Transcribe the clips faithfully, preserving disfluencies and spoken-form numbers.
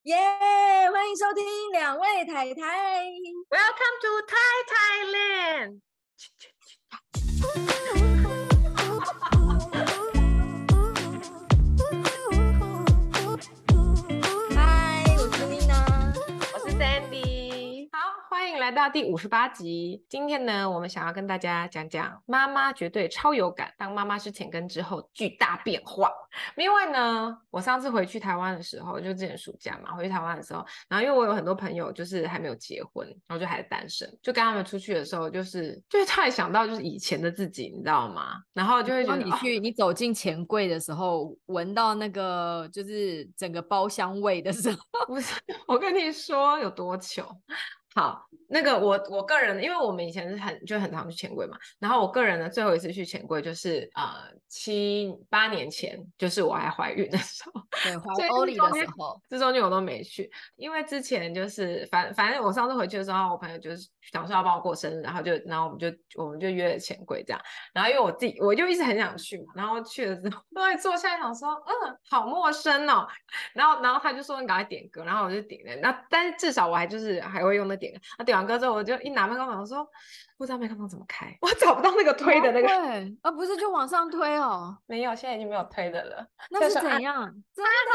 耶、欢迎收听两位太太。 Welcome to Thai Thailand。 嗨，我是 Nina， 我是 Sandy。好，欢迎来到第五十八集。今天呢，我们想要跟大家讲讲妈妈绝对超有感，当妈妈是前跟之后巨大变化。因为呢，我上次回去台湾的时候，就之前暑假嘛，回去台湾的时候，然后因为我有很多朋友就是还没有结婚，然后就还是单身，就跟他们出去的时候，就是就会突然想到就是以前的自己，你知道吗？然后就会觉得你去、哦、你走进钱柜的时候，闻到那个就是整个包厢味的时候， 不是，我跟你说有多糗。好，那个我我个人，因为我们以前是很就很常去钱柜嘛，然后我个人呢最后一次去钱柜就是呃七八年前，就是我还怀孕的时候， 对，怀所以欧里的时候， 这中间我都没去，因为之前就是反反正我上次回去的时候，我朋友就是想说要帮我过生日，然后就然后我们就我们就约了钱柜这样，然后因为我自己我就一直很想去嘛，然后去了之后，都会坐下来想说，嗯，好陌生哦，然后然后他就说你赶快点歌，然后我就点了，那但是至少我还就是还会用那点歌，那点完歌之后我就一拿麦克风，我说不知道麦克风怎么开，我找不到那个推的那个， 对，啊不是就往上推哦， 没有，现在已经没有推的了， 那是怎样？真的？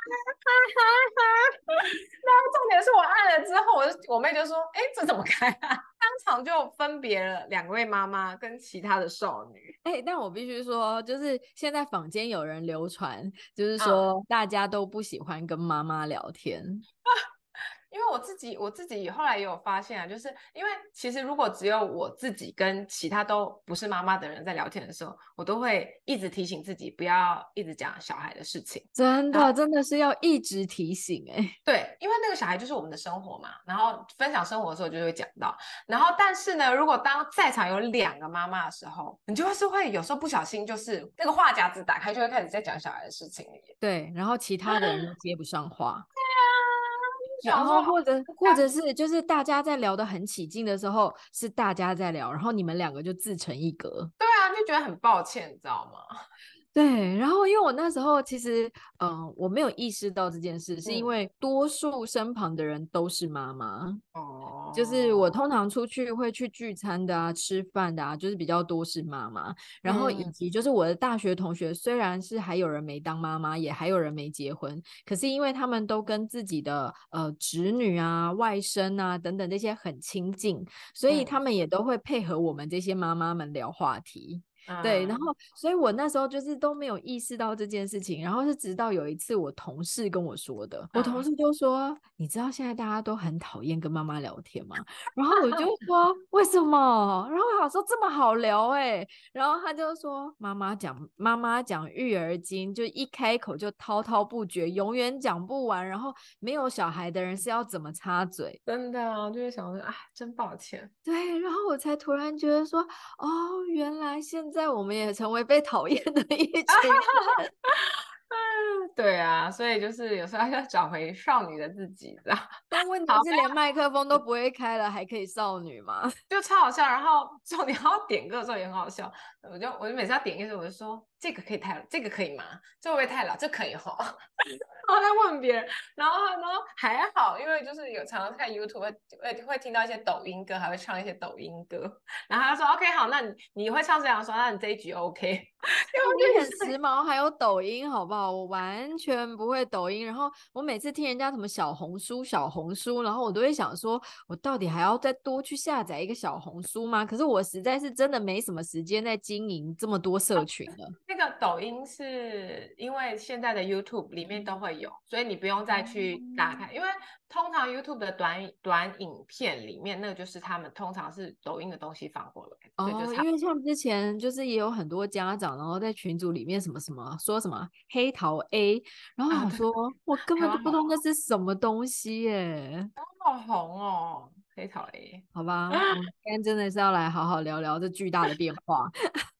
然后重点是我按了之后，我就我妹就说：“哎，这怎么开啊？”当场就分别了两位妈妈跟其他的少女。 哎、欸，但我必须说，就是现在坊间有人流传，就是嗯， 说大家都不喜欢跟妈妈聊天。 因为我自己我自己后来也有发现啊，就是因为其实如果只有我自己跟其他都不是妈妈的人在聊天的时候，我都会一直提醒自己不要一直讲小孩的事情。 真的真的是要一直提醒哎、欸。 对，因为那个小孩就是我们的生活嘛，然后分享生活的时候就会讲到，然后但是呢，如果当在场有两个妈妈的时候，你就是会有时候不小心就是那个话匣子打开，就会开始在讲小孩的事情了。 对，然后其他的人都接不上话。 对啊， 然后或者或者是就是大家在聊得很起劲的时候，是大家在聊，然后你们两个就自成一格。 对啊，就觉得很抱歉，你知道吗？ 对，然后因为我那时候其实，嗯、呃，我没有意识到这件事，是因嗯， 为多数身旁的人都是妈妈。就是我哦， 通常出去会去聚餐的啊，吃饭的啊，就是比较多是妈妈，然后以嗯， 及就是我的大学同学，虽然是还有人没当妈妈，也还有人没结婚，可是因为他们都跟自己的呃侄女啊、外甥啊等等这些很亲近，所以他嗯， 们也都会配合我们这些妈妈们聊话题。对，然嗯， 后，所以我那时候就是都没有意识到这件事情，然后是直到有一次我同事跟我说的，我同嗯， 事就说：“你知道现在大家都很讨厌跟妈妈聊天吗？”然后我就说：“为什么？”然后我想说这么好聊哎、欸，然后他就说：“妈妈讲妈妈讲育儿经，就一开口就滔滔不绝，永远讲不完，然后没有小孩的人是要怎么插嘴？” 真的啊，我就会想说，哎，真抱歉。 对，然后我才突然觉得说，哦，原来现在我们也成为被讨厌的一群人。 对啊，所以就是有时候要找回少女的自己，知道？ 但问题好， 是，连麦克风都不会开了，还可以少女吗？ 就超好笑。然后重点要点歌的时候也很好笑，我就我就每次要点歌的时候，我就说这个可以太，这个可以吗？这会不会太老？这可以哈。然后再问别人，然后然后还好，因为就是有常常看 YouTube 会会会听到一些抖音歌，还会唱一些抖音歌。然后他说 OK 好，那你你会唱这样说，那你这一局 OK。因为你很我就时髦，还有抖音，好不好？我完全不会抖音。然后我每次听人家什么小红书、小红书，然后我都会想说，我到底还要再多去下载一个小红书吗？可是我实在是真的没什么时间在经营这么多社群了。 那个抖音是因为现在的 YouTube 里面都会有，所以你不用再去打开，因为通常 YouTube 的短短影片里面，那个就是他们通常是抖音的东西放过来，所以就哦， 差。 因为像之前就是也有很多家长，然后在群组里面什么什么说什么黑桃 A，然后啊， 想对， 说我根本就不知道台湾好红， 那是什么东西耶。 好红哦，黑桃 A。 好吧，我们今天真的是要来好好聊聊这巨大的变化。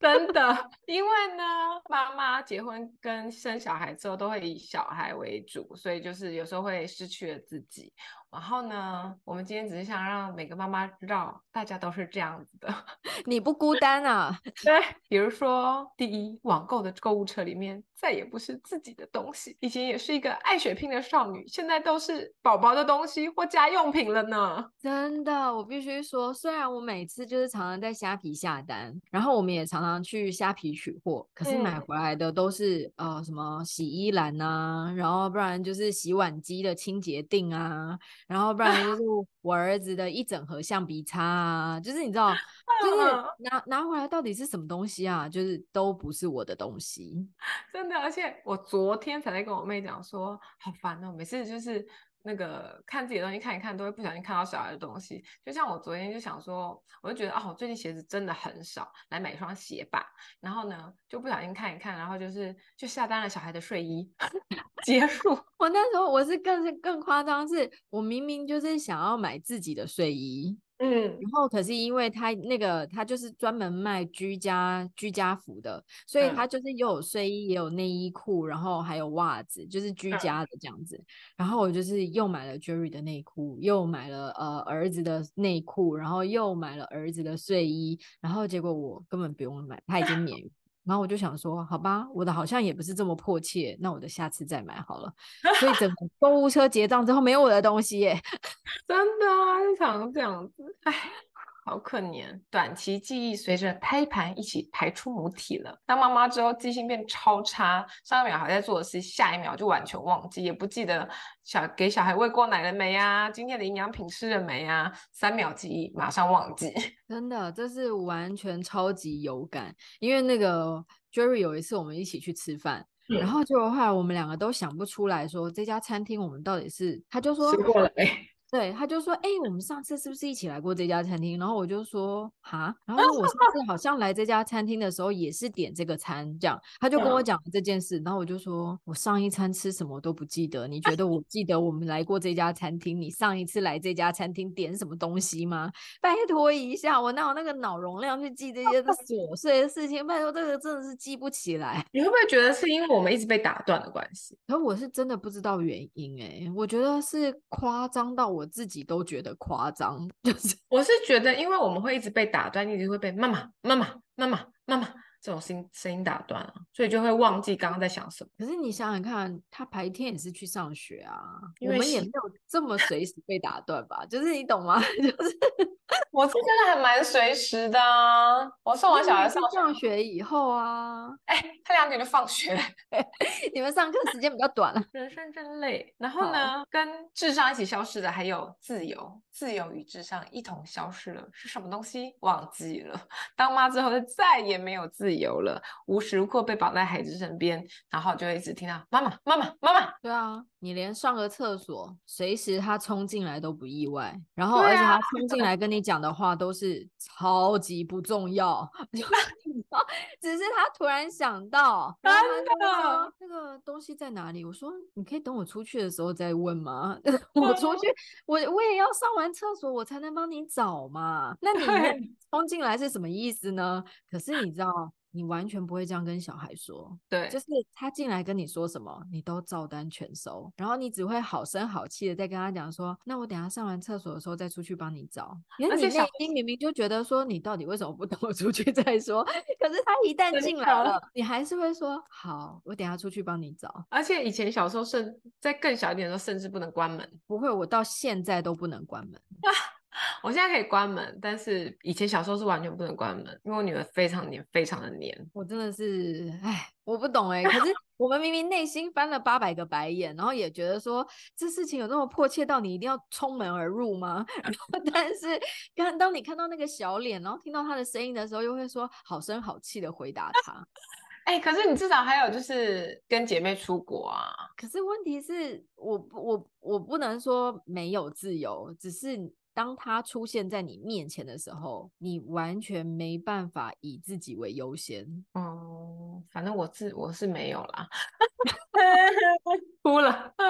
真的，因为呢，妈妈结婚跟生小孩之后都会以小孩为主，所以就是有时候会失去了自己。然后呢，我们今天只是想让每个妈妈知道，大家都是这样子的。 你不孤单啊。 对，比如说，第一，网购的购物车里面再也不是自己的东西，以前也是一个爱血拼的少女，现在都是宝宝的东西或家用品了呢。 真的，我必须说，虽然我每次就是常常在虾皮下单，然后我们也常常去虾皮取货，可是买嗯， 回来的都是呃什么洗衣篮啊，然后不然就是洗碗机的清洁锭啊，然后不然就是我儿子的一整盒橡皮擦啊，就是你知道，就是嗯拿拿回来到底是什么东西啊？就是都不是我的东西。 真的，而且我昨天才在跟我妹讲说，好烦哦，每次就是那个看自己的东西看一看，都会不小心看到小孩的东西。就像我昨天就想说，我就觉得啊，我最近鞋子真的很少，来买一双鞋吧。然后呢，就不小心看一看，然后就是就下单了小孩的睡衣，结束。 我那时候我是更更夸张，是我明明就是想要买自己的睡衣， 嗯然后可是因为他那个他就是专门卖居家居家服的，所以他嗯就是又有睡衣也有内衣裤，然后还有袜子，就是居嗯， 家的这样子。然后我就是又买了 Jerry 的内裤，又买了呃儿子的内裤，然后又买了儿子的睡衣，然后结果我根本不用买，他已经免运。然后我就想说，好吧，我的好像也不是这么迫切，那我的下次再买好了。所以整个购物车结账之后没有我的东西耶。 真的啊，就常这样子，唉。好可怜，短期记忆随着胎盘一起排出母体了。当妈妈之后，记性变超差，上一秒还在做的事，下一秒就完全忘记，也不记得小给小孩喂过奶了没啊，今天的营养品吃了没啊，三秒记忆马上忘记。 真的，这是完全超级有感。因为那个 Jerry 有一次我们一起去吃饭，然嗯， 后结果后来我们两个都想不出来说这家餐厅我们到底是，他就说， 吃过了没？ 对，他就说，哎、我们上次是不是一起来过这家餐厅？然后我就说，哈，然后说我上次好像来这家餐厅的时候也是点这个餐，这样，他就跟我嗯， 讲了这件事，然后我就说我上一餐吃什么都不记得，你觉得我记得我们来过这家餐厅？你上一次来这家餐厅点什么东西吗？拜托一下，我哪有那个脑容量去记这些琐碎的事情？拜托，这个真的是记不起来。 你会不会觉得是因为我们一直被打断的关系？ 可我是真的不知道原因诶、我觉得是夸张到我自己都觉得夸张，就是我是觉得，因为我们会一直被打断，一直会被妈妈、妈妈、妈妈、妈妈这种声音声音打断啊，所以就会忘记刚刚在想什么。 可是你想想看，他白天也是去上学啊，我因为习们也没有这么随时被打断吧？就是你懂吗？就是我是真的还蛮随时的啊。我送那完小孩上你也是上学， 学以后啊， 哎，他两点就放学了。 你们上课时间比较短了。 人生真累。然后好， 呢，跟智商一起消失的还有自由，自由与智商一同消失了，是什么东西？忘记了。当妈之后就再也没有自由了，无时无刻被绑在孩子身边，然后就会一直听到妈妈、妈妈、妈妈。 对啊，你连上个厕所，随时他冲进来都不意外，然后对啊， 而且他冲进来跟你讲的话都是超级不重要，就是你知道，只是他突然想到，然后他就会说真那个东西在哪里？我说你可以等我出去的时候再问吗？我出去， 的， 我我也要上完厕所，我才能帮你找嘛。那你那对冲进来是什么意思呢？可是你知道，你完全不会这样跟小孩说。就对。 是他进来跟你说什么，你都照单全收，然后你只会好声好气的再跟他讲说，那我等下上完厕所的时候再出去帮你找。因为你而且小内心明明就觉得说，你到底为什么不等我出去再说？可是他一旦真进来了， 的， 你还是会说，好，我等下出去帮你找。 而且以前小时候甚在更小一点的时候，甚至不能关门。 不会，我到现在都不能关门。 我现在可以关门，但是以前小时候是完全不能关门，因为我女儿非常黏，非常的黏。 我真的是，哎，我不懂哎。可是我们明明内心翻了八百个白眼，然后也觉得说这事情有那么迫切到你一定要冲门而入吗？然后但是看当你看到那个小脸，然后听到他的声音的时候，又会说好声好气的回答他。 哎，可是你至少还有就是跟姐妹出国啊。 可是问题是我不我我不能说没有自由，只是当他出现在你面前的时候，你完全没办法以自己为优先。 嗯，反正我自我是没有啦，哭了。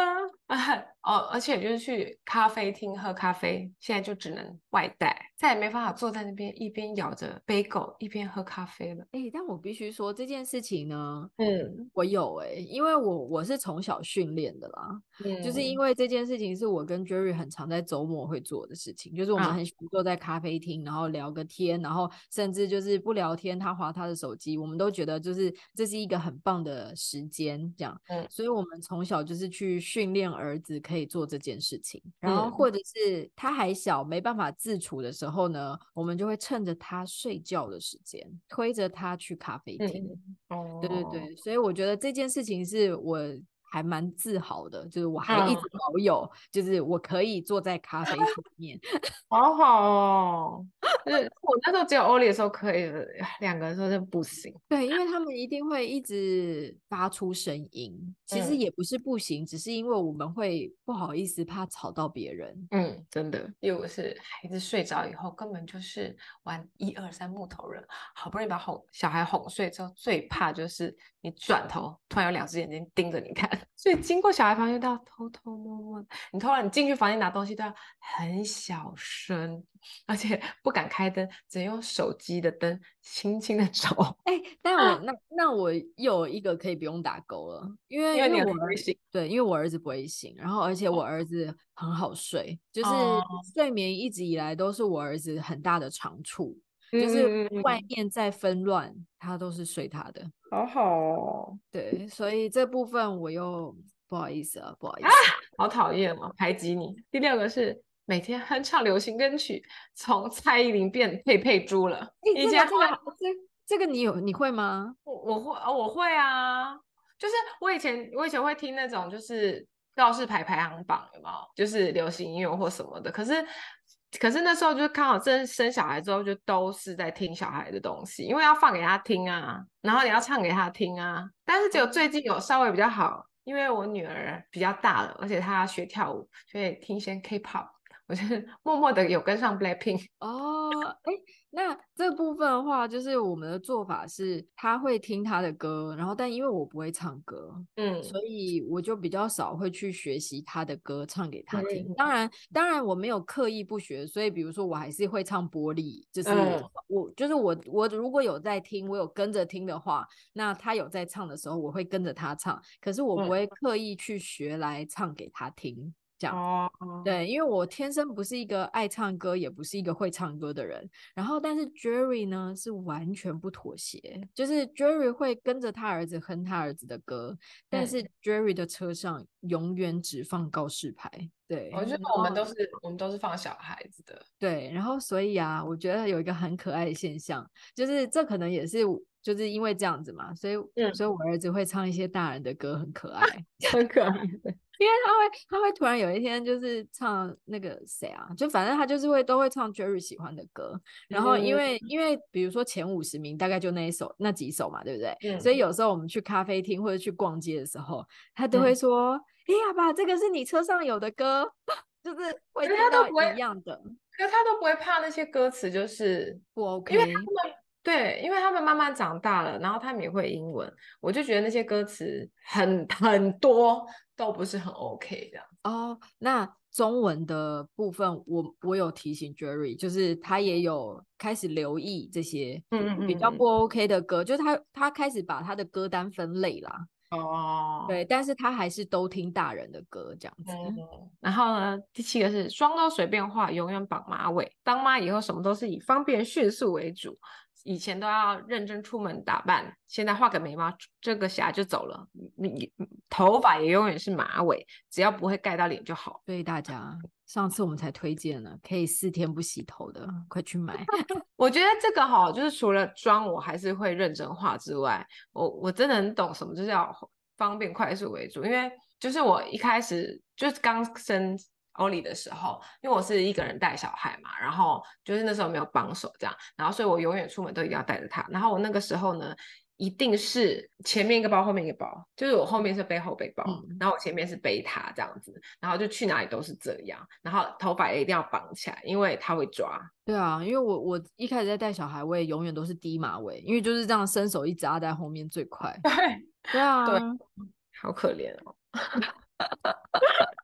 啊，哦，而且就是去咖啡厅喝咖啡，现在就只能外带，再也没办法坐在那边一边咬着杯狗一边喝咖啡了。 哎、但我必须说这件事情呢， 嗯我有哎、因为我我是从小训练的啦，就是因嗯为这件事情是我跟 Jerry 很常在周末会做的事情，就是我们啊很喜欢坐在咖啡厅，然后聊个天，然后甚至就是不聊天，他划他的手机，我们都觉得就是这是一个很棒的时间，这样， 嗯所以我们从小就是去训练儿子可以做这件事情，然后嗯或者是他还小没办法自处的时候呢，我们就会趁着他睡觉的时间，推着他去咖啡厅。 嗯， 对对哦， 对，所以我觉得这件事情是我还蛮自豪的，就是我还一直嗯， 保有，就是我可以坐在咖啡厅里面。 好好哦。就是我那时候只有欧里的时候可以了，两个人说是不行。 对，因为他们一定会一直发出声音，其实嗯也不是不行，只是因为我们会不好意思，怕吵到别人。 嗯，真的，因为我是孩子睡着以后，根本就是玩一二三木头人，好不容易把哄小孩哄睡之后，最怕就是你转头，突然有两只眼睛盯着你看，所以经过小孩房间都要偷偷摸摸，你突然你进去房间拿东西都要很小声，而且不敢开灯，只能用手机的灯轻轻的照， 哎，但我那那我又有一个可以不用打勾了，因为因为你有因为我儿提醒。 对，因为我儿子不会醒，然后而且我儿子很好睡，就是哦， 睡眠一直以来都是我儿子很大的长处，就是嗯嗯嗯外嗯， 面再纷乱，他都是睡他的。 好好哦。 对，所以这部分我又不好意思啊，不好意啊， 思。 好讨厌哦，排挤你。第六个是每天哼唱流行歌曲，从蔡依林变佩佩猪了。 哎， 以前这个这个这这个你有你会吗？ 我我会哦我会啊，就是我以前我以前会听那种就是告示牌排行榜，有没有？就是流行音乐或什么的。可是可是那时候就刚好生生小孩之后，就都是在听小孩的东西，因为要放给他听啊，然后你要唱给他听啊。但是只有最近有稍微比较好，因为我女儿比较大了，而且她要学跳舞，所以听一些 K-pop，我就默默的有跟上 BLACKPINK。 哦，哎，那这部分的话，就是我们的做法是，他会听他的歌，然后但因为我不会唱歌， 嗯所以我就比较少会去学习他的歌，唱给他听。当嗯然，当然我没有刻意不学，所以比如说我还是会唱玻璃，就是嗯我就是我我如果有在听，我有跟着听的话，那他有在唱的时候，我会跟着他唱，可是我不嗯， 会刻意去学来唱给他听，这样。 哦，哦对，因为我天生不是一个爱唱歌，也不是一个会唱歌的人。然后，但是 Jerry 呢是完全不妥协，就是 Jerry 会跟着他儿子哼他儿子的歌，但是嗯。 Jerry 的车上永远只放告示牌。对， 我觉得然后我们都是我们都是放小孩子的。 对，然后所以啊，我觉得有一个很可爱的现象，就是这可能也是就是因为这样子嘛，所以嗯， 所以我儿子会唱一些大人的歌，很可爱。 很可爱的。 因为他会，他会突然有一天就是唱那个谁啊，就反正他就是会都会唱 Jerry 喜欢的歌。然后因嗯为因为比如说前五十名大概就那一首那几首嘛，对不对？所以嗯有时候我们去咖啡厅或者去逛街的时候，他都会嗯， 说：“哎呀爸，这个是你车上有的歌。”就是会可是听到他都不会， 一样的， 可是他都不会怕那些歌词，就是不因为 OK。 他们对，因为他们慢慢长大了，然后他们也会英文，我就觉得那些歌词很很多都不是很 OK 这样。 哦，那中文的部分我，我有提醒 Jerry，就是他也有开始留意这些嗯比较不嗯嗯 OK 的歌，就是他他开始把他的歌单分类啦， 嗯，哦， 对，但是他还是都听大人的歌这样子。 嗯，然后呢，第七个是妆都随便化，永远绑马尾。当妈以后，什么都是以方便迅速为主。以前都要认真出门打扮，现在画个眉毛，遮个瑕就走了。你头发也永远是马尾，只要不会盖到脸就好。 所以大家上次我们才推荐了，可以四天不洗头的，快去买。 我觉得这个哈，就是除了妆我还是会认真画之外，我我真的很懂什么就是要方便快速为主，因为就是我一开始就是刚生欧里的时候，因为我是一个人带小孩嘛，然后就是那时候没有帮手这样，然后所以我永远出门都一定要带着他，然后我那个时候呢。一定是前面一个包，后面一个包，就是我后面是背后背包， 嗯， 然后我前面是背他这样子，然后就去哪里都是这样，然后头发也一定要绑起来，因为他会抓。 对啊，因为我我一开始在带小孩，我也永远都是低马尾，因为就是这样伸手一扎在后面最快。 对对啊， 对，好可怜哦。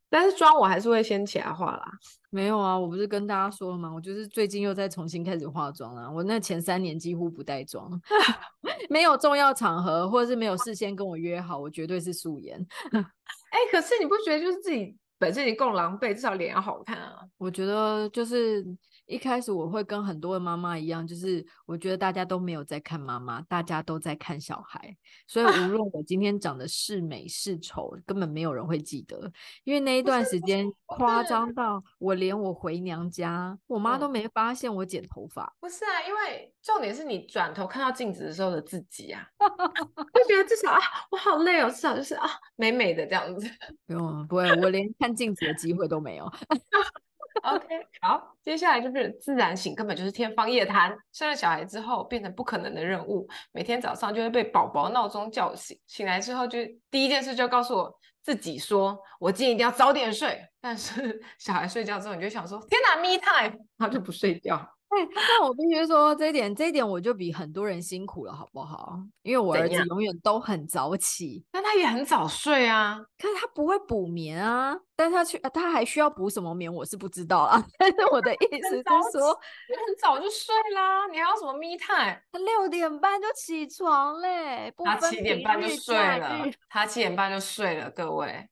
但是妆我还是会先起来画啦。 没有啊，我不是跟大家说了吗？我就是最近又在重新开始化妆啊。我那前三年几乎不带妆，没有重要场合或者是没有事先跟我约好，我绝对是素颜。 哎、可是你不觉得就是自己本身已经够狼狈，至少脸要好看啊？ 我觉得就是一开始我会跟很多的妈妈一样，就是我觉得大家都没有在看妈妈，大家都在看小孩，所以无论我今天长得是美是丑，根本没有人会记得，因为那一不是段时间不夸是， 张到我连我回娘家，我妈都嗯， 没发现我剪头发。 不是啊，因为重点是你转头看到镜子的时候的自己啊，就觉得至少啊，我好累哦，至少就是啊，美美的这样子。 不用，不会，我连看镜子的机会都没有。 OK，好，接下来就是自然醒，根本就是天方夜谭。生了小孩之后，变成不可能的任务，每天早上就会被宝宝闹钟叫醒，醒来之后就第一件事就告诉我自己说，我今天一定要早点睡。但是小孩睡觉之后，你就想说，天哪，me time，然后就不睡觉。 哎，但我必须说这一点，这一点我就比很多人辛苦了，好不好？因为我儿怎样？ 子永远都很早起， 但他也很早睡啊， 可是他不会补眠啊，但是他去，呃他还需要补什么眠，我是不知道啊。但是我的意思很早起， 是说， 很早就睡啦，你还要什么 me time？ 他六点半就起床嘞，不他分七点半就平日假日， 睡了，他七点半就睡了，各位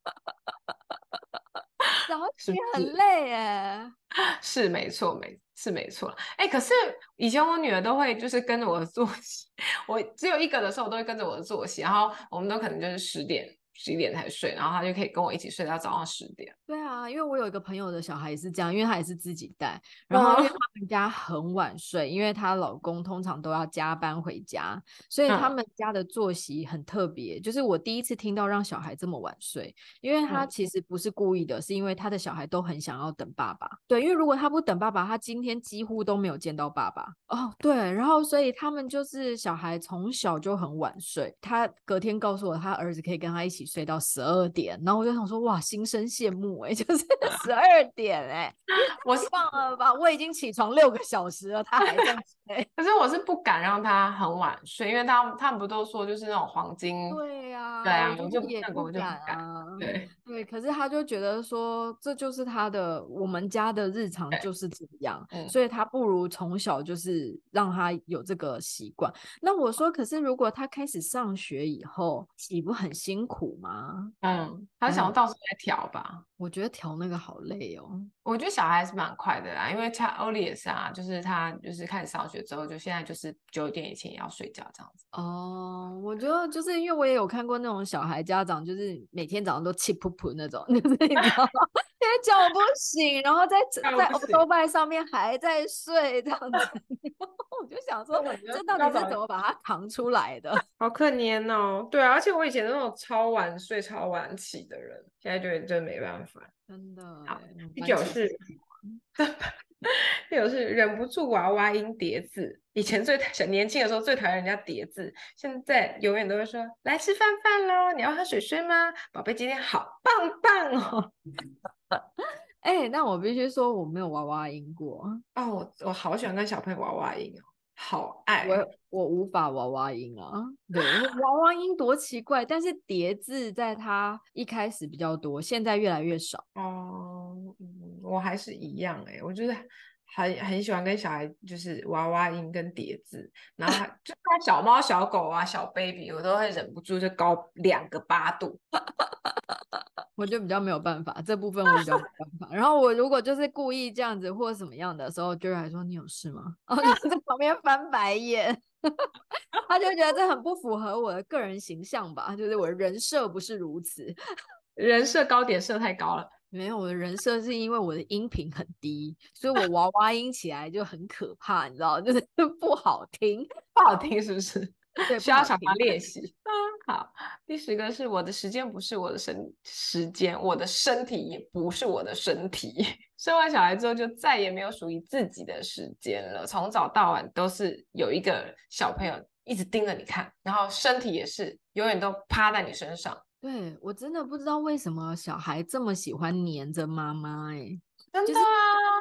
早起是不是？ 很累哎。 是没错，没是没错。哎，可是以前我女儿都会就是跟着我的作息，我只有一个的时候，我都会跟着我的作息，然后我们都可能就是十点、十一点才睡，然后她就可以跟我一起睡到早上十点。 对啊，因为我有一个朋友的小孩也是这样，因为他也是自己带，然后因为他嗯们家很晚睡，因为她老公通常都要加班回家，所以他嗯们家的作息很特别。就是我第一次听到让小孩这么晚睡，因为他嗯， 其实不是故意的，是因为他的小孩都很想要等爸爸。对，因为如果他不等爸爸，他今天几乎都没有见到爸爸。哦，对，然后所以他们就是小孩从小就很晚睡，他隔天告诉我他儿子可以跟他一起睡到十二点，然后我就想说哇，心生羡慕哎、欸就是十二点哎、欸也我是太棒了吧！我已经起床六个小时了，他还在睡。 可是我是不敢让她很晚睡，因为他们他们不都说就是那种黄金， 对呀、 对啊， 我就是我就也不那个我就不敢。 敢啊。 对对，可是他就觉得说，这就是他的，我们家的日常对， 就是这样， 嗯所以他不如从小就是让他有这个习惯。那我说，可是如果他开始上学以后，岂不很辛苦吗？ 嗯，他想要然后到时候再调吧。 我觉得调那个好累哦。 我觉得小孩还是蛮快的啦，因为他欧丽也是啊，就是他就是开始上学之后，就现在就是九点以前也要睡觉这样子。 哦，我觉得就是因为我也有看过那种小孩家长，就是每天早上都气噗噗那种，就是你知道吗？因为叫不醒，然后在在那不 o 行， 多 b 上面还在睡这样子，我就想说， 那我觉得这到底是要早怎么把它扛出来的？ 好可怜哦。对啊，而且我以前那种超晚睡、超晚起的人，现在就真没办法。 真的好， 哎， 第晚起是九是第九是忍不住娃娃音叠字。以前最小年轻的时候最讨厌人家叠字，现在永远都会说来吃饭饭喽，你要喝水水吗？宝贝今天好棒棒哦。 哎，那我必须说我没有娃娃音过， 哦，我我好喜欢跟小朋友娃娃音哦，好爱。 我我无法娃娃音啊，对，娃娃音多奇怪，但是叠字在它一开始比较多，现在越来越少。 哦，嗯，我还是一样哎，我就是很很喜欢跟小孩就是娃娃音跟叠字，然后还就他小猫小狗啊小 baby，我都会忍不住就高两个八度。 我就比较没有办法，这部分我比较没有办法。然后我如果就是故意这样子或者什么样的时候，就会来说你有事吗？然后就在旁边翻白眼，他就觉得这很不符合我的个人形象吧，就是我的人设不是如此。 人设高点设太高了， 没有，我的人设是因为我的音频很低，所以我娃娃音起来就很可怕，你知道，就是不好听， 不好听是不是？ 对， 需要常常不好听。 练习。嗯，好，第十个是我的时间不是我的身时间，我的身体也不是我的身体。生完小孩之后，就再也没有属于自己的时间了，从早到晚都是有一个小朋友一直盯着你看，然后身体也是永远都趴在你身上。 对，我真的不知道为什么小孩这么喜欢黏着妈妈，哎，就是真的啊，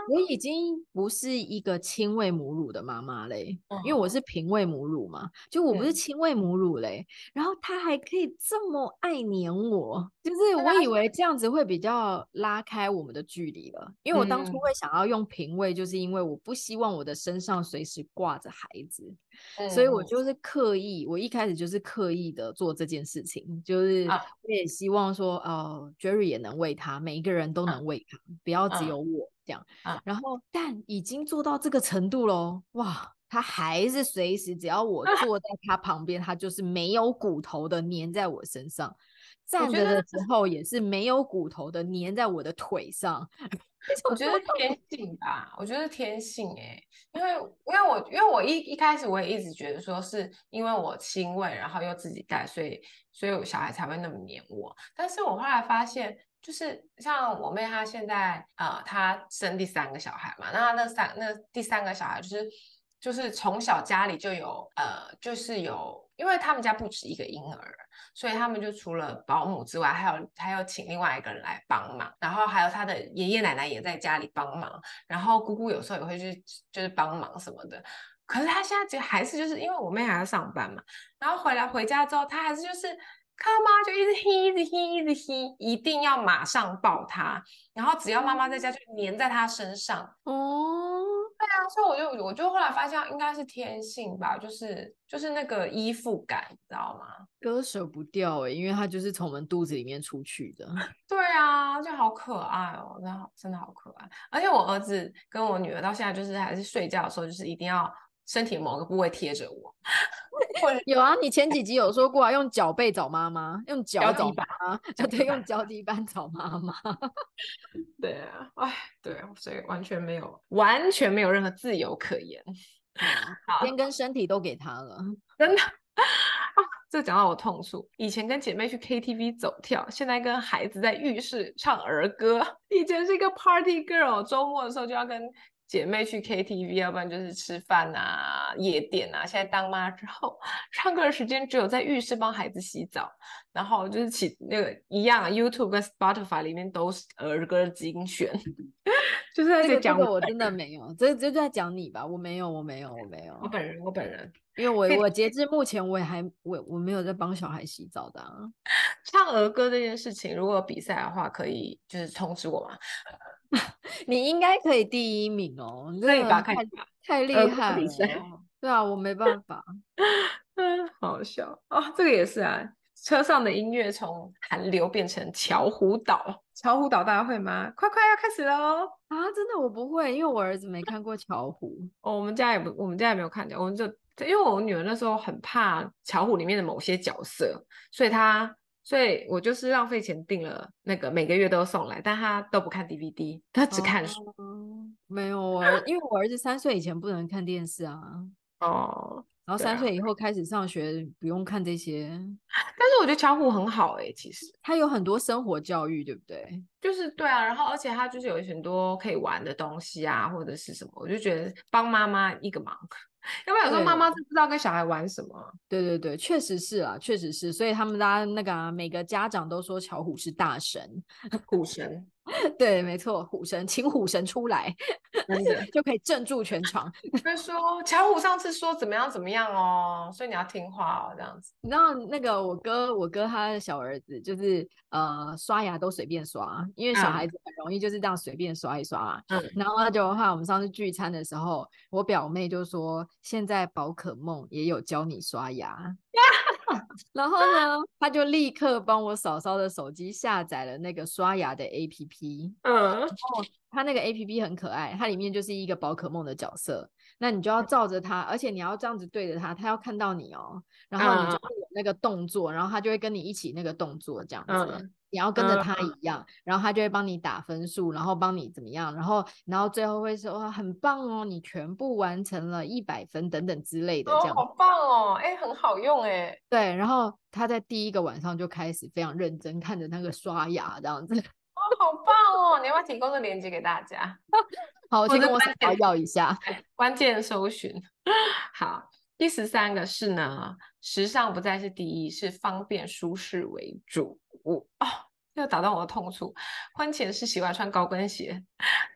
我已经不是一个亲喂母乳的妈妈嘞，因为我嗯是平喂母乳嘛，就我不是嗯， 亲喂母乳嘞，然后他还可以这么爱黏我，就是对啊， 我以为这样子会比较拉开我们的距离了，因为我当初嗯会想要用平喂，就是因为我不希望我的身上随时挂着孩子，所以我嗯嗯就是刻意，我一开始就是刻意的做这件事情，就是啊我也希望说，哦，Jerry 也能喂他，每一个人都啊能喂他，不要只啊有我这样。 啊， 然后，但已经做到这个程度喽，哇，他还是随时只要我坐在他旁边，他就是没有骨头的粘在我身上，站着的我觉得时候也是没有骨头的粘在我的腿上。 我觉得天性吧，我觉得天性哎、因为因为我因为我一一开始我也一直觉得说是因为我亲喂，然后又自己带，所以所以我小孩才会那么黏我。但是我后来发现，就是像我妹她现在呃，她生第三个小孩嘛，那她那三那第三个小孩就是就是从小家里就有呃，就是有，因为他们家不止一个婴儿。所以他们就除了保姆之外，还有还有请另外一个人来帮忙，然后还有他的爷爷奶奶也在家里帮忙，然后姑姑有时候也会去就是帮忙什么的。可是他现在就还是就是因为我妹还要上班嘛，然后回来回家之后，他还是就是看到妈就一直嘿一直嘿一直嘿，一定要马上抱他，然后只要妈妈在家就黏在他身上。 哦， 对啊，所以我就我就后来发现应该是天性吧，就是就是那个依附感，你知道吗？ 割舍不掉哎、因为他就是从我们肚子里面出去的。 对啊，就好可爱哦，真的好，真的好可爱。而且我儿子跟我女儿到现在就是还是睡觉的时候，就是一定要身体某个部位贴着我，或者有啊，你前几集有说过啊，用脚背找妈妈，用脚找妈脚底板、 妈， 脚对， 底板。 用脚底板找妈妈。 对啊，哎，对啊，所以完全没有，完全没有任何自由可言。 好， 好， 天跟身体都给他了。 真的。啊，这讲到我痛处。以前跟姐妹去 K T V 走跳，现在跟孩子在浴室唱儿歌。以前是一个 party girl，周末的时候就要跟姐妹去 K T V，要不然就是吃饭啊、夜店啊。现在当妈之后，唱歌的时间只有在浴室帮孩子洗澡，然后就是起那个一样啊，YouTube 跟 Spotify 里面都是儿歌精选，就是在这个这这讲我个我真的没有，这这就在讲你吧，我没有，我没有，我没有， 我本人，我本人。 因为可以我我截至目前我也还我我没有在帮小孩洗澡的啊。 唱儿歌这件事情，如果有比赛的话，可以就是通知我吗？ 你应该可以第一名哦，你这可以吧， 个太可以吧。 太儿歌厉害比赛， 了。对啊，我没办法。 嗯，好笑哦。这个也是啊，车上的音乐从韩流变成巧虎岛。巧虎岛大家会吗？快快要开始喽！ 啊，真的我不会，因为我儿子没看过巧虎。 哦，我们家也不，我们家也没有看见，我们就因为我女儿那时候很怕巧虎里面的某些角色，所以她，所以我就是浪费钱订了那个每个月都送来，但她都不看 D V D，她只看书。 哦，没有我儿，因为我儿子三岁以前不能看电视啊， 哦， 然后对啊， 三岁以后开始上学，不用看这些。 但是我觉得巧虎很好诶、其实。 他有很多生活教育，对不对？ 就是对啊，然后而且它就是有很多可以玩的东西啊，或者是什么，我就觉得帮妈妈一个忙，要不然有时候妈妈对， 真不知道跟小孩玩什么。 对对对，确实是啊，确实是，所以他们大家那个啊，每个家长都说巧虎是大神。 虎神， 对，没错，虎神，请虎神出来， 真的。 就可以镇住全场。 他说巧虎上次说怎么样怎么样哦，所以你要听话哦，这样子。 你知道那个我哥，我哥他的小儿子就是呃刷牙都随便刷，因为小孩嗯子很容易就是这样随便刷一刷嘛。 嗯， 然后他就的话，我们上次聚餐的时候，我表妹就说现在宝可梦也有教你刷牙，然后呢，他就立刻帮我嫂嫂的手机下载了那个刷牙的 A P P。 嗯它那个 A P P 很可爱，它里面就是一个宝可梦的角色，那你就要照着它，而且你要这样子对着它，它要看到你哦，然后你就嗯会有那个动作，然后它就会跟你一起那个动作这样子， 嗯你要跟着嗯， 它一样，然后它就会帮你打分数，然后帮你怎么样，然后然后最后会说哇很棒哦，你全部完成了一百分等等之类的这哦， 样。 好棒哦，哎，很好用哎。 对，然后他在第一个晚上就开始非常认真看着那个刷牙这样子。 哦，好棒哦，你要不要提供个链接给大家， 好，我或者去跟我嫂嫂关键要一下。 关键搜寻。好，第十三个是呢，时尚不再是第一，是方便舒适为主。我哦，又打到我的痛处。婚前是喜欢穿高跟鞋，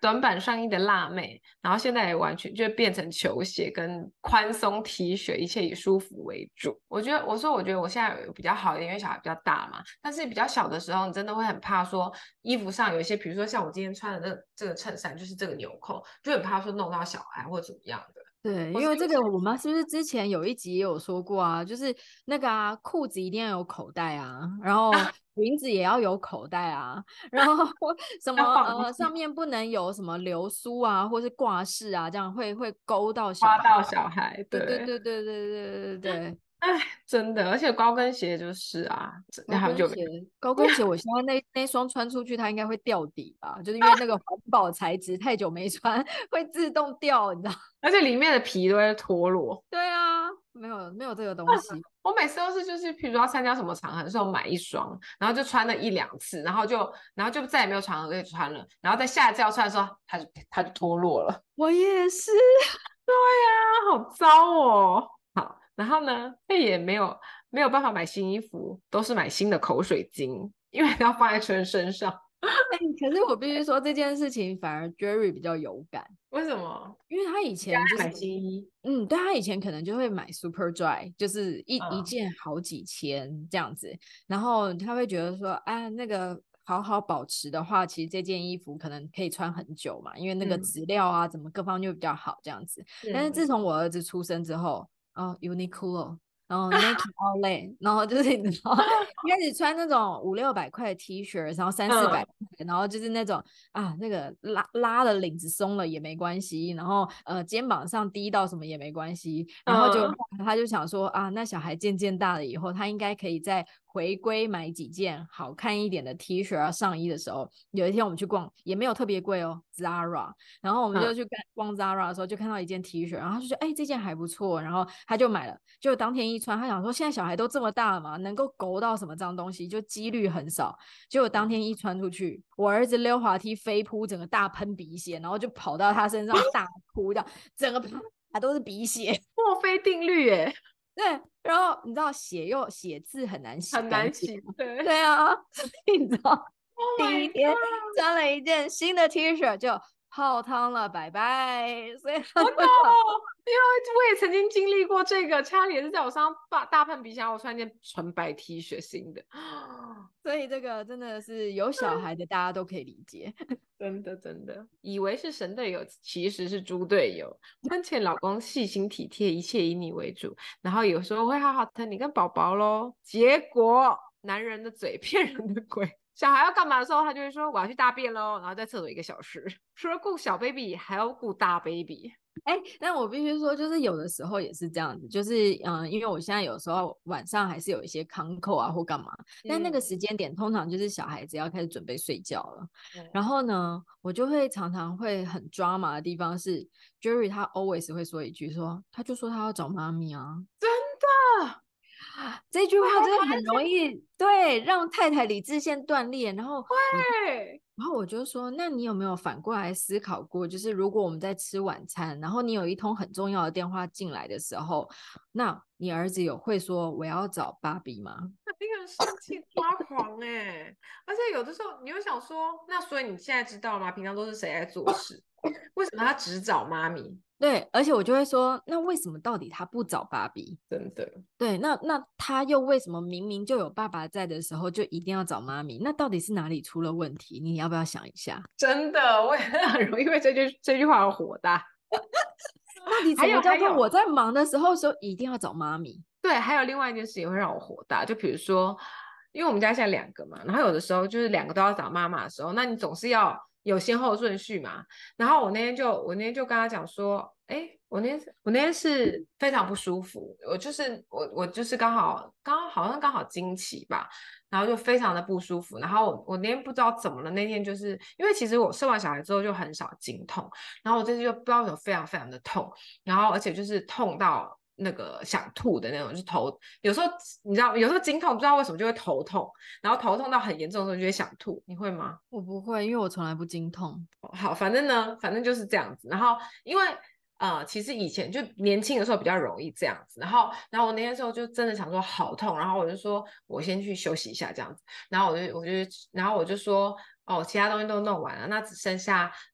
短版上衣的辣妹，然后现在也完全就变成球鞋跟宽松 T 恤，一切以舒服为主。我觉得我说我觉得我现在有比较好一点，因为小孩比较大嘛，但是比较小的时候，你真的会很怕说衣服上有一些，比如说像我今天穿的这个这个衬衫就是这个纽扣，就很怕说弄到小孩或怎么样的。 对，因为这个我们是不是之前有一集也有说过啊？就是那个啊，裤子一定要有口袋啊，然后裙子也要有口袋啊，然后什么呃上面不能有什么流苏啊，或是挂饰啊，这样会会勾到小孩。 刮到小孩， 对对对。 对对对对对对。 哎，真的，而且高跟鞋就是啊， 高好久没。 跟鞋，高跟鞋，我现在那那双穿出去，它应该会掉底吧？就是因为那个环保材质太久没穿，会自动掉，你知道？ 而且里面的皮都会脱落。 对啊，没有没有这个东西。 我每次都是就是，比如说要参加什么场合的时候买一双，然后就穿了一两次，然后就然后就再也没有场合可以穿了，然后在下一次要穿的时候，它就它就脱落了。 我也是。 对呀、好糟哦。好，然后呢，那也没有没有办法买新衣服，都是买新的口水巾，因为要放在全身上。 哎、可是我必须说这件事情，反而 Jerry 比较有感， 为什么？ 因为他以前就是， 买新衣。 嗯，对他以前可能就会买 Super Dry，就是一一嗯件好几千这样子，然后他会觉得说，啊，那个好好保持的话，其实这件衣服可能可以穿很久嘛，因为那个嗯质料啊，怎么各方面就比较好这样子。但是嗯。 自从我儿子出生之后，哦，Uniqlo。然后 Nike Outlet，然后就是你知道，开始穿那种五六百块的 T 恤，然后三四百嗯块，然后就是那种啊，那个拉拉的领子松了也没关系，然后呃肩膀上低到什么也没关系，然后就嗯。 他就想说啊，那小孩渐渐大了以后，他应该可以再回归买几件好看一点的 T 恤啊上衣的时候，有一天我们去逛，也没有特别贵哦 Zara，然后我们就去逛 Zara 的时候，就看到一件 T 恤，然后他就说哎、欸、这件还不错，然后他就买了，就当天一穿，他想说现在小孩都这么大了嘛，能够勾到什么脏东西，就几率很少。结果当天一穿出去，我儿子溜滑梯飞扑，整个大喷鼻血，然后就跑到他身上大哭，这样整个啪都是鼻血。 墨菲定律耶。 对，然后你知道写又写字很难洗很干净， 难洗。对。 对啊，所以你知道 Oh 第 my 一天 god！ 穿了一件新的 T 恤就泡汤了，拜拜。所以他我就懂，因为我也曾经经历过这个，差点是在我身上大大喷鼻血，我穿一件纯白 T 恤新的。 所以这个真的是有小孩的，大家都可以理解。 真的真的，以为是神队友，其实是猪队友。婚前老公细心体贴，一切以你为主，然后有时候会好好疼你跟宝宝咯。结果男人的嘴骗人的鬼，小孩要干嘛的时候，他就会说我要去大便咯，然后在厕所一个小时。除了顾小 baby，还要顾大 baby。 哎，但我必须说，就是有的时候也是这样子，就是嗯、呃，因为我现在有时候晚上还是有一些康扣啊或干嘛，但那个嗯时间点通常就是小孩子要开始准备睡觉了， 嗯然后呢，我就会常常会很抓马的地方是，Jerry 他 always 会说一句说，他就说他要找妈咪啊， 真的。 这句话真的很容易对让太太理智线断裂，然后我对。 然后我就说，那你有没有反过来思考过，就是如果我们在吃晚餐，然后你有一通很重要的电话进来的时候，那你儿子有会说我要找芭比吗？ 令人生气抓狂哎！而且有的时候你会想说，那所以你现在知道吗？平常都是谁在做事？为什么他只找妈咪？ 对，而且我就会说，那为什么到底他不找芭比？ 真的。 对，那那他又为什么明明就有爸爸在的时候就一定要找妈咪？那到底是哪里出了问题？你要不要想一下？ 真的，我也很容易为这句这句话而火大。 到底还怎么叫有还有， 做我在忙的时候说一定要找妈咪？ 对，还有另外一件事情会让我火大，就比如说，因为我们家现在两个嘛，然后有的时候就是两个都要找妈妈的时候，那你总是要有先后顺序嘛。然后我那天就我那天就跟他讲说，哎，我那天我那天是非常不舒服，我就是我我就是刚好刚好像刚好经期吧，然后就非常的不舒服。然后我我那天不知道怎么了，那天就是因为其实我生完小孩之后就很少经痛，然后我这次就不知道为什么非常非常的痛，然后而且就是痛到那个想吐的那种，就是头有时候你知道，有时候经痛不知道为什么就会头痛，然后头痛到很严重的时候就会想吐，你会吗？ 我不会，因为我从来不经痛。 好，反正呢，反正就是这样子。然后因为呃，其实以前就年轻的时候比较容易这样子。然后，然后我那天时候就真的想说好痛，然后我就说我先去休息一下这样子。然后我就我就然后我就说哦，其他东西都弄完了，那只剩下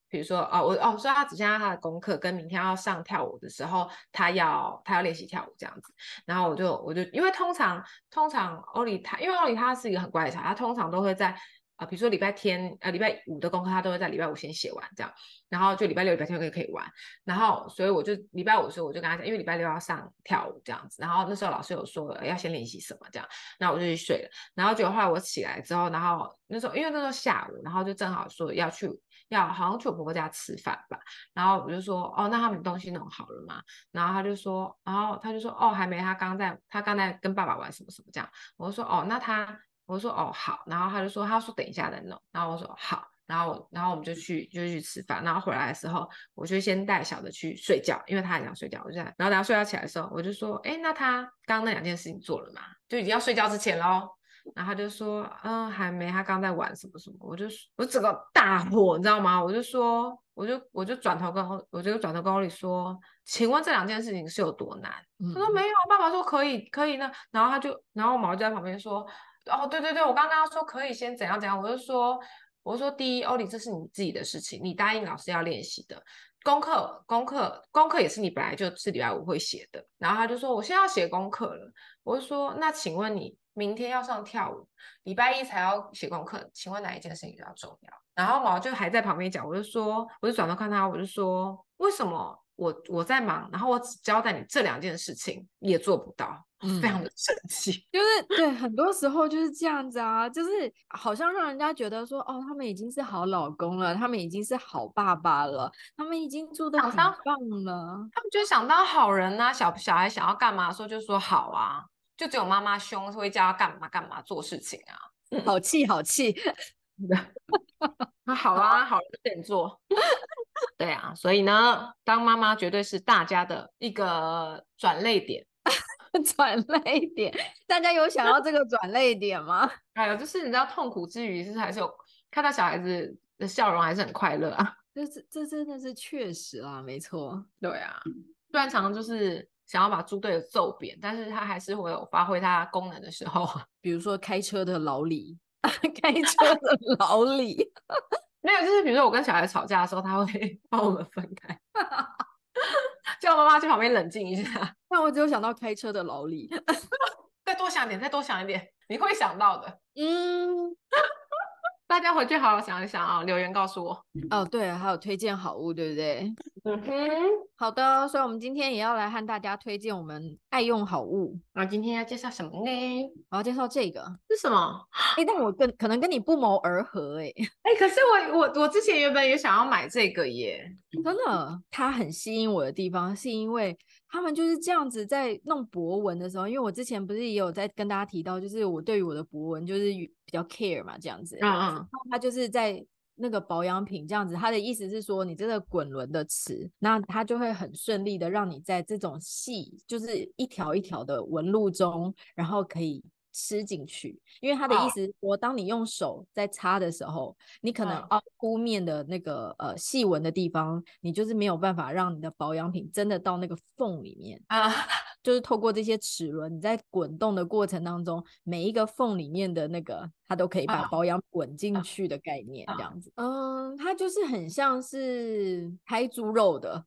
比如说哦，我哦说他只剩下他的功课跟明天要上跳舞的时候，他要他要练习跳舞这样子。然后我就我就因为通常通常欧里他因为欧里他是一个很乖的小孩，他通常都会在呃比如说礼拜天呃礼拜五的功课他都会在礼拜五先写完这样，然后就礼拜六礼拜天可以可以玩。然后所以我就礼拜五的时候我就跟他讲，因为礼拜六要上跳舞这样子，然后那时候老师有说要先练习什么这样，然后我就去睡了。然后结果后来我起来之后，然后那时候因为那时候下午，然后就正好说要去要好像去我婆婆家吃饭吧，然后我就说哦，那他们东西弄好了吗？然后他就说，然后他就说哦还没，他刚在他刚在跟爸爸玩什么什么这样。我就说哦那他我就说哦好，然后他就说他说等一下再弄，然后我说好。然后，然后我们就去就去吃饭，然后回来的时候，我就先带小的去睡觉，因为他很想睡觉，我就在，然后等他睡觉起来的时候，我就说，哎，那他刚刚那两件事情做了吗？就已经要睡觉之前咯。然后他就说，嗯，还没，他刚在玩什么什么。我就我整个大火，你知道吗？我就说，我就我就转头跟我就转头跟欧里说，请问这两件事情是有多难？ 嗯， 他说没有，爸爸说可以可以呢。然后他就，然后毛就在旁边说，哦，对对对，我刚刚说可以先怎样怎样，我就说。我说第一，欧里，这是你自己的事情，你答应老师要练习的功课，功课，功课也是你本来就是礼拜五会写的。然后他就说我现在要写功课了，我就说那请问你明天要上跳舞，礼拜一才要写功课，请问哪一件事情比较重要？然后毛就还在旁边讲，我就说，我就转头看他，我就说为什么我我在忙，然后我只交代你这两件事情，你也做不到。非常的生气， 就是对，很多时候就是这样子啊，就是好像让人家觉得说，哦，他们已经是好老公了，他们已经是好爸爸了，他们已经做得很棒了， 他们就想当好人啊，小小孩想要干嘛的时候就说好啊，就只有妈妈凶会叫他干嘛干嘛做事情啊， 好气好气。 那好啊，好人点做。对啊，所以呢，当妈妈绝对是大家的一个转泪点。 转泪点，大家有想要这个转泪点吗？ 还有就是你知道痛苦之余是还是有看到小孩子的笑容还是很快乐啊。 这这真的是确实啊，没错。 对啊，虽然常常就是想要把猪队友揍扁，但是他还是会有发挥他功能的时候。 比如说开车的老李，开车的老李。 没有，就是比如说我跟小孩吵架的时候，他会帮我们分开。叫妈妈去旁边冷静一下。 但我只有想到开车的老李。 再多想一点，再多想一点，你会想到的。 嗯， 大家回去好好想一想啊，留言告诉我。 哦，对，还有推荐好物，对不对？ 嗯哼， 好的，所以我们今天也要来和大家推荐我们爱用好物。 那今天要介绍什么呢？ 我要介绍这个， 是什么？ 哎，但我跟可能跟你不谋而合，哎， 哎，可是我我我之前原本也想要买这个耶。 真的，它很吸引我的地方是因为他们就是这样子在弄博文的时候，因为我之前不是也有在跟大家提到，就是我对于我的博文就是比较 care 嘛，这样子， 嗯嗯， 他就是在那个保养品这样子，他的意思是说，你这个滚轮的词，那它就会很顺利的让你在这种细，就是一条一条的纹路中，然后可以吃进去。因为他的意思是说，当你用手在擦的时候，你可能凹凸面的那个呃细纹的地方，你就是没有办法让你的保养品真的到那个缝里面啊。就是透过这些齿轮，你在滚动的过程当中，每一个缝里面的那个，它都可以把保养滚进去的概念，这样子。嗯，它就是很像是拍猪肉的。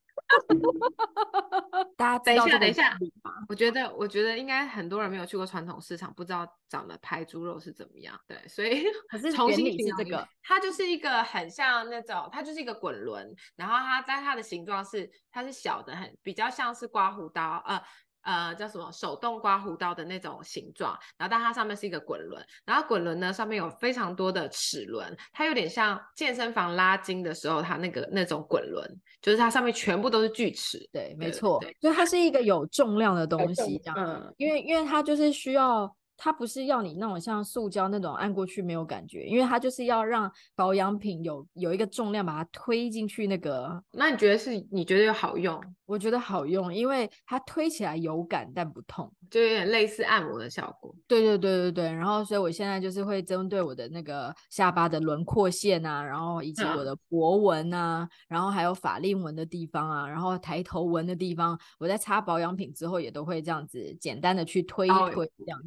大家知道这个等一下， 原理吗？ 我觉得，我觉得应该很多人没有去过传统市场，不知道长得拍猪肉是怎么样。对，所以可是重原理新形容是这个， 它就是一个很像那种，它就是一个滚轮，然后它在它的形状是，它是小的，很比较像是刮胡刀，呃。呃，叫什么手动刮胡刀的那种形状，然后但它上面是一个滚轮，然后滚轮呢上面有非常多的齿轮，它有点像健身房拉筋的时候它那个那种滚轮，就是它上面全部都是锯齿。 对，没错，就它是一个有重量的东西，这样，嗯，因为因为它就是需要。它不是要你那种像塑胶那种按过去没有感觉，因为它就是要让保养品有有一个重量把它推进去那个。 那你觉得是你觉得好用？ 我觉得好用，因为它推起来有感但不痛， 就有点类似按摩的效果。 对对对对对，然后所以我现在就是会针对我的那个下巴的轮廓线啊，然后以及我的脖纹啊，嗯、然后还有法令纹的地方啊，然后抬头纹的地方，我在擦保养品之后也都会这样子简单的去推一推这样子。哦，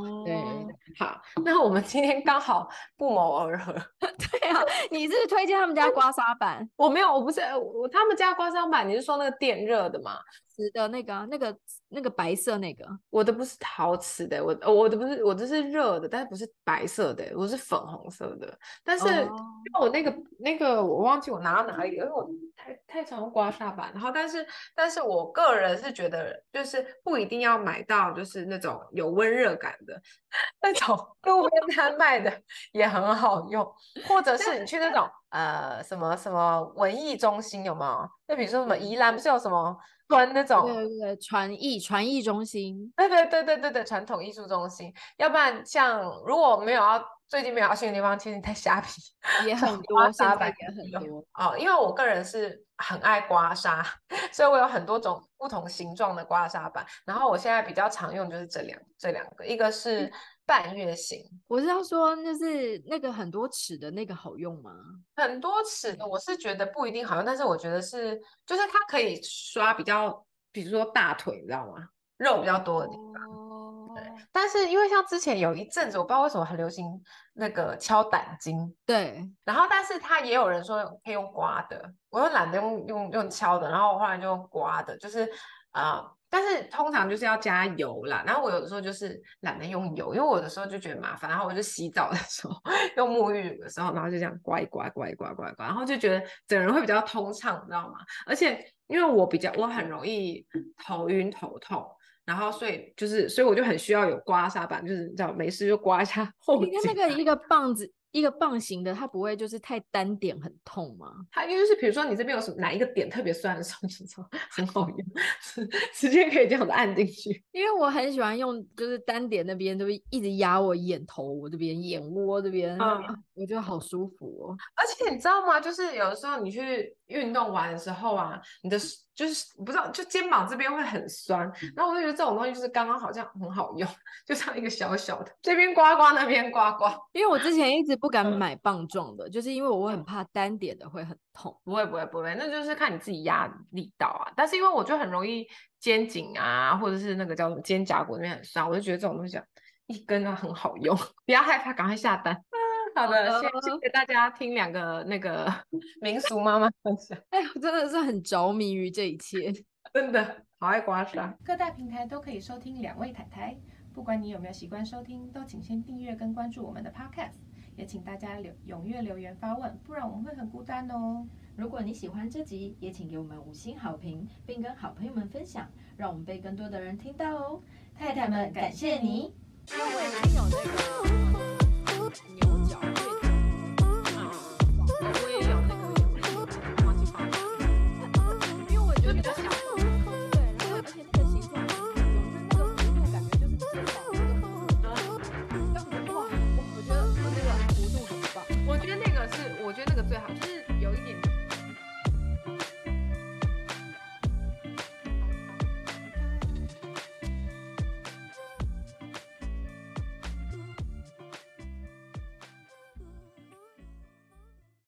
对， 好，那我们今天刚好不谋而合。 对啊，你是推荐他们家刮痧板？ 我没有，我不是我他们家刮痧板，你是说那个电热的吗？ 瓷的那个、啊，那个那个白色那个， 我的不是陶瓷的，我我的不是我的是热的，但是不是白色的，我是粉红色的。但是因为我那个那个我忘记我拿到哪里了，因为我太太常用刮痧板。然后但是但是我个人是觉得，就是不一定要买到就是那种有温热感的，那种路边摊卖的也很好用，或者是你去那种呃什么什么文艺中心有没有？就比如说什么宜兰不是有什么专那种。 对对对，传艺传艺中心， 对对对对对对，传统艺术中心，要不然像如果没有要最近没有要去的地方，其实你太虾皮也找刮很多，现痧板在也很用多。 哦。因为我个人是很爱刮痧，所以我有很多种不同形状的刮痧板。然后我现在比较常用就是这两这两个，一个是半月形， 我是要说，就是那个很多尺的那个好用吗？ 很多尺的，我是觉得不一定好用，但是我觉得是就是它可以刷比较，比如说大腿，你知道吗？肉比较多的地方。 哦， 但是因为像之前有一阵子，我不知道为什么很流行那个敲胆经， 对， 然后但是他也有人说可以用刮的，我又懒得用用用敲的，然后我后来就用刮的，就是啊、呃但是通常就是要加油啦。然后我有的时候就是懒得用油，因为我有的时候就觉得麻烦，然后我就洗澡的时候用沐浴乳的时候，然后就这样刮一刮刮一刮刮一刮，然后就觉得整个人会比较通畅，你知道吗？而且因为我比较我很容易头晕头痛。然后所以就是，所以我就很需要有刮痧板，就是你知道没事就刮一下后你看那颈啊。 个一个棒子，一个棒型的，它不会就是太单点很痛吗？ 它就是比如说你这边有什么哪一个点特别酸的时候，你说很好用，直接可以这样子按进去。 因为我很喜欢用，就是单点那边都会一直压我眼头，我这边眼窝这边，啊嗯， 我觉得好舒服哦。 而且你知道吗？就是有的时候你去运动完的时候啊，你的就是不知道，就肩膀这边会很酸，然后我就觉得这种东西就是刚刚好像很好用，就像一个小小的，这边刮刮那边刮刮。 因为我之前一直不敢嗯买棒状的，就是因为我很怕单点的会很痛。 不会不会不会，那就是看你自己压力道啊。但是因为我就很容易肩颈啊，或者是那个叫什么肩胛骨那边很酸，我就觉得这种东西啊一根啊很好用，不要害怕，赶快下单。好的，谢谢谢大家听两个那个民俗妈妈分享， 哎，我真的是很着迷于这一切。 真的好爱刮痧。 各大平台都可以收听两位太太，不管你有没有习惯收听，都请先订阅跟关注我们的 Podcast， 也请大家留踊跃留言发问，不然我们会很孤单哦。 如果你喜欢这集，也请给我们五星好评，并跟好朋友们分享，让我们被更多的人听到哦。太太们，感谢你！因为我已经有那个。